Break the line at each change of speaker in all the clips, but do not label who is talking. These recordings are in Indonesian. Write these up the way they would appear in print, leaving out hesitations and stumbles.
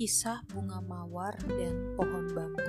Kisah bunga mawar dan pohon bambu.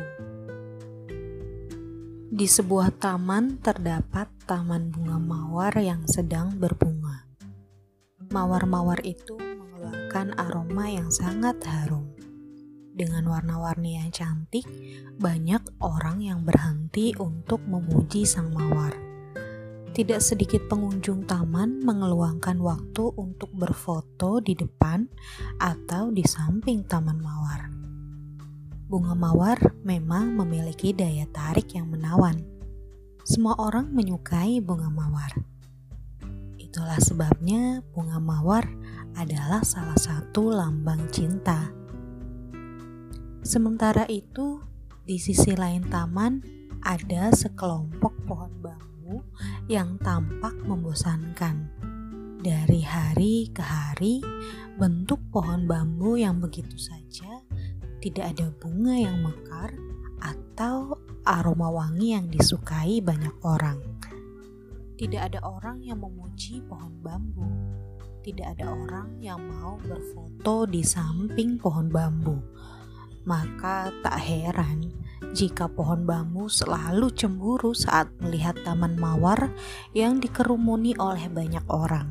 Di sebuah taman terdapat taman bunga mawar yang sedang berbunga. Mawar-mawar itu mengeluarkan aroma yang sangat harum. Dengan warna-warni yang cantik, banyak orang yang berhenti untuk memuji sang mawar. Tidak sedikit pengunjung taman mengeluangkan waktu untuk berfoto di depan atau di samping taman mawar. Bunga mawar memang memiliki daya tarik yang menawan. Semua orang menyukai bunga mawar. Itulah sebabnya bunga mawar adalah salah satu lambang cinta. Sementara itu, di sisi lain taman ada sekelompok pohon bambu yang tampak membosankan. Dari hari ke hari, bentuk pohon bambu yang begitu saja, tidak ada bunga yang mekar atau aroma wangi yang disukai banyak orang. Tidak ada orang yang memuji pohon bambu. Tidak ada orang yang mau berfoto di samping pohon bambu. Maka tak heran jika pohon bambu selalu cemburu saat melihat taman mawar yang dikerumuni oleh banyak orang.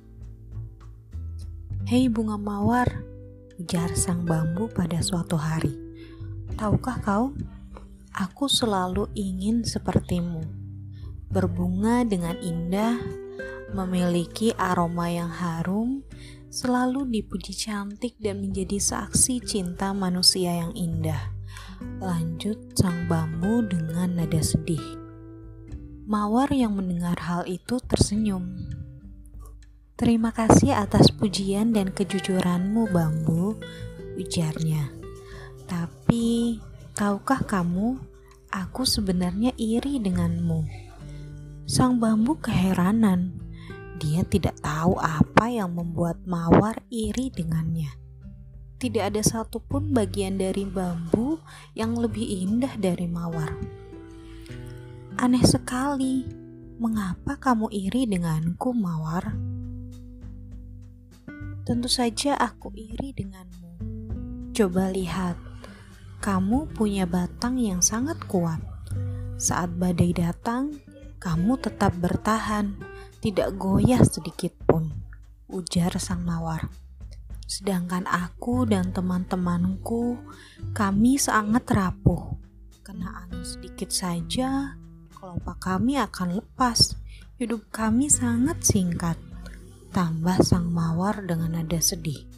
"Hei bunga mawar," ujar sang bambu pada suatu hari. "Tahukah kau, aku selalu ingin sepertimu, berbunga dengan indah, memiliki aroma yang harum, selalu dipuji cantik dan menjadi saksi cinta manusia yang indah." Lanjut sang bambu dengan nada sedih. Mawar yang mendengar hal itu tersenyum. "Terima kasih atas pujian dan kejujuranmu, bambu," ujarnya. "Tapi, tahukah kamu, aku sebenarnya iri denganmu." Sang bambu keheranan. Dia tidak tahu apa yang membuat mawar iri dengannya. Tidak ada satupun bagian dari bambu yang lebih indah dari mawar. "Aneh sekali, mengapa kamu iri denganku, mawar?" "Tentu saja aku iri denganmu. Coba lihat, kamu punya batang yang sangat kuat. Saat badai datang, kamu tetap bertahan, tidak goyah sedikit pun," ujar sang mawar. "Sedangkan aku dan teman-temanku, kami sangat rapuh. Kena angin sedikit saja, kelopak kami akan lepas. Hidup kami sangat singkat," tambah sang mawar dengan nada sedih.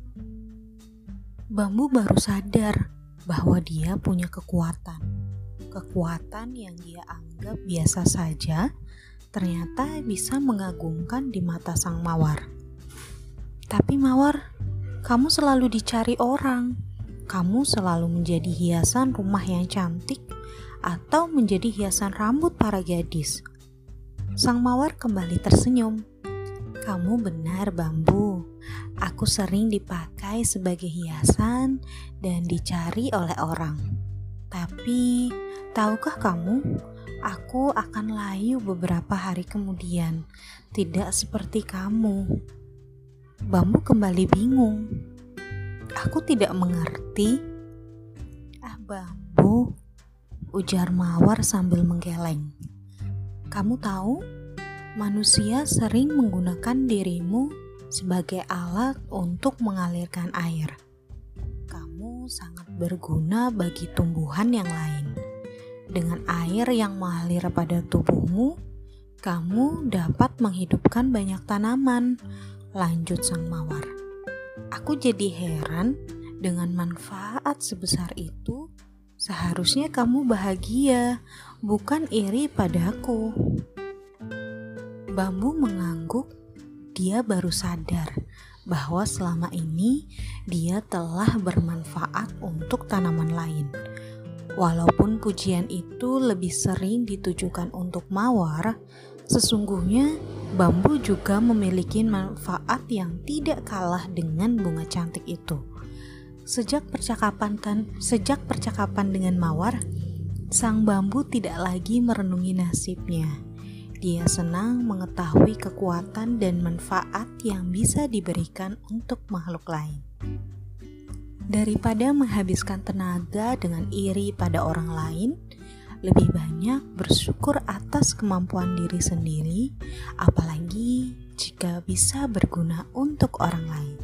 Bambu baru sadar bahwa dia punya kekuatan. Kekuatan yang dia anggap biasa saja, ternyata bisa mengagumkan di mata sang mawar. "Tapi mawar, kamu selalu dicari orang. Kamu selalu menjadi hiasan rumah yang cantik atau menjadi hiasan rambut para gadis." Sang mawar kembali tersenyum. "Kamu benar, bambu. Aku sering dipakai sebagai hiasan dan dicari oleh orang. Tapi, tahukah kamu, aku akan layu beberapa hari kemudian, tidak seperti kamu." Bambu kembali bingung. "Aku tidak mengerti." "Ah bambu," ujar mawar sambil menggeleng. "Kamu tahu, manusia sering menggunakan dirimu sebagai alat untuk mengalirkan air. Kamu sangat berguna bagi tumbuhan yang lain. Dengan air yang mengalir pada tubuhmu, kamu dapat menghidupkan banyak tanaman," lanjut sang mawar. "Aku jadi heran, dengan manfaat sebesar itu, seharusnya kamu bahagia, bukan iri padaku." Bambu mengangguk. Dia baru sadar bahwa selama ini dia telah bermanfaat untuk tanaman lain. Walaupun pujian itu lebih sering ditujukan untuk mawar, sesungguhnya bambu juga memiliki manfaat yang tidak kalah dengan bunga cantik itu. Sejak percakapan dengan mawar, sang bambu tidak lagi merenungi nasibnya. Dia senang mengetahui kekuatan dan manfaat yang bisa diberikan untuk makhluk lain. Daripada menghabiskan tenaga dengan iri pada orang lain, lebih banyak bersyukur atas kemampuan diri sendiri, apalagi jika bisa berguna untuk orang lain.